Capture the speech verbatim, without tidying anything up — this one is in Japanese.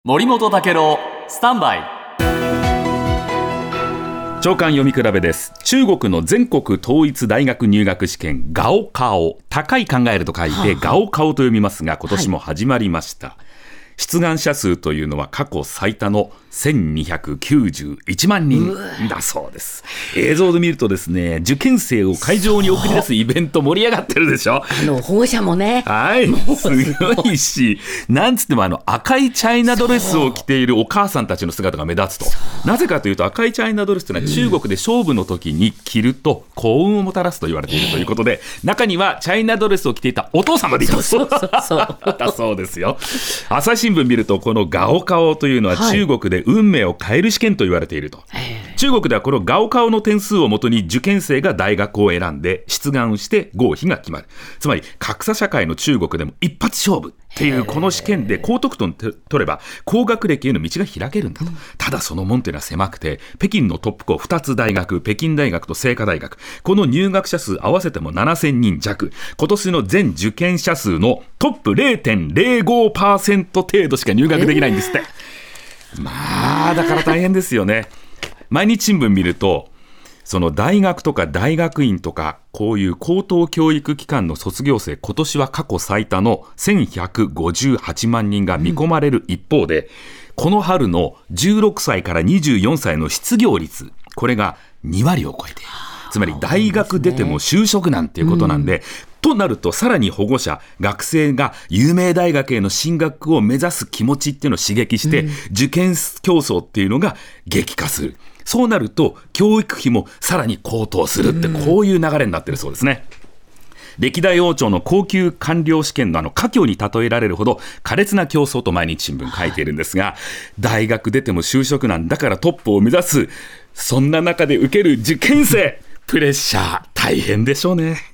森本武郎スタンバイ。 朝刊読み比べです。中国の全国統一大学入学試験ガオカオ、高い考えると書いてガオカオと読みますが、今年も始まりました、はい。出願者数というのは過去最多のせんにひゃくきゅうじゅういちまんにんだそうです。映像で見るとですね、受験生を会場に送り出すイベント盛り上がってるでしょ。 あの保護者もね、 はいすごいし、なんつってもあの赤いチャイナドレスを着ているお母さんたちの姿が目立つと。なぜかというと、赤いチャイナドレスというのは中国で勝負の時に着ると幸運をもたらすと言われているということで、中にはチャイナドレスを着ていたお父様でいたそうだそうですよ。朝日新聞見ると、このガオカオというのは中国で運命を変える試験と言われていると、はい、中国ではこのガオカオの点数をもとに受験生が大学を選んで出願して合否が決まる。つまり格差社会の中国でも一発勝負っていうこの試験で高得点取れば高学歴への道が開けるんだと、うん、ただその門というのは狭くて、北京のトップ校ふたつ大学、北京大学と清華大学、この入学者数合わせてもななせんにん弱、今年の全受験者数のトップ れいてんれいごパーセント 程度しか入学できないんですって、えー、まあだから大変ですよね。毎日新聞見ると、その大学とか大学院とかこういう高等教育機関の卒業生、今年は過去最多のせんひゃくごじゅうはちまんにんが見込まれる一方で、うん、この春のじゅうろくさいからにじゅうよんさいの失業率、これがにわりを超えている。つまり大学出ても就職なんていうことなんで、うん、となるとさらに保護者、学生が有名大学への進学を目指す気持ちっていうのを刺激して、うん、受験競争っていうのが激化する。そうなると教育費もさらに高騰するって、こういう流れになっているそうですね。歴代王朝の高級官僚試験のあの佳境に例えられるほど苛烈な競争と毎日新聞書いているんですが、大学出ても就職なんだからトップを目指す、そんな中で受ける受験生、プレッシャー大変でしょうね。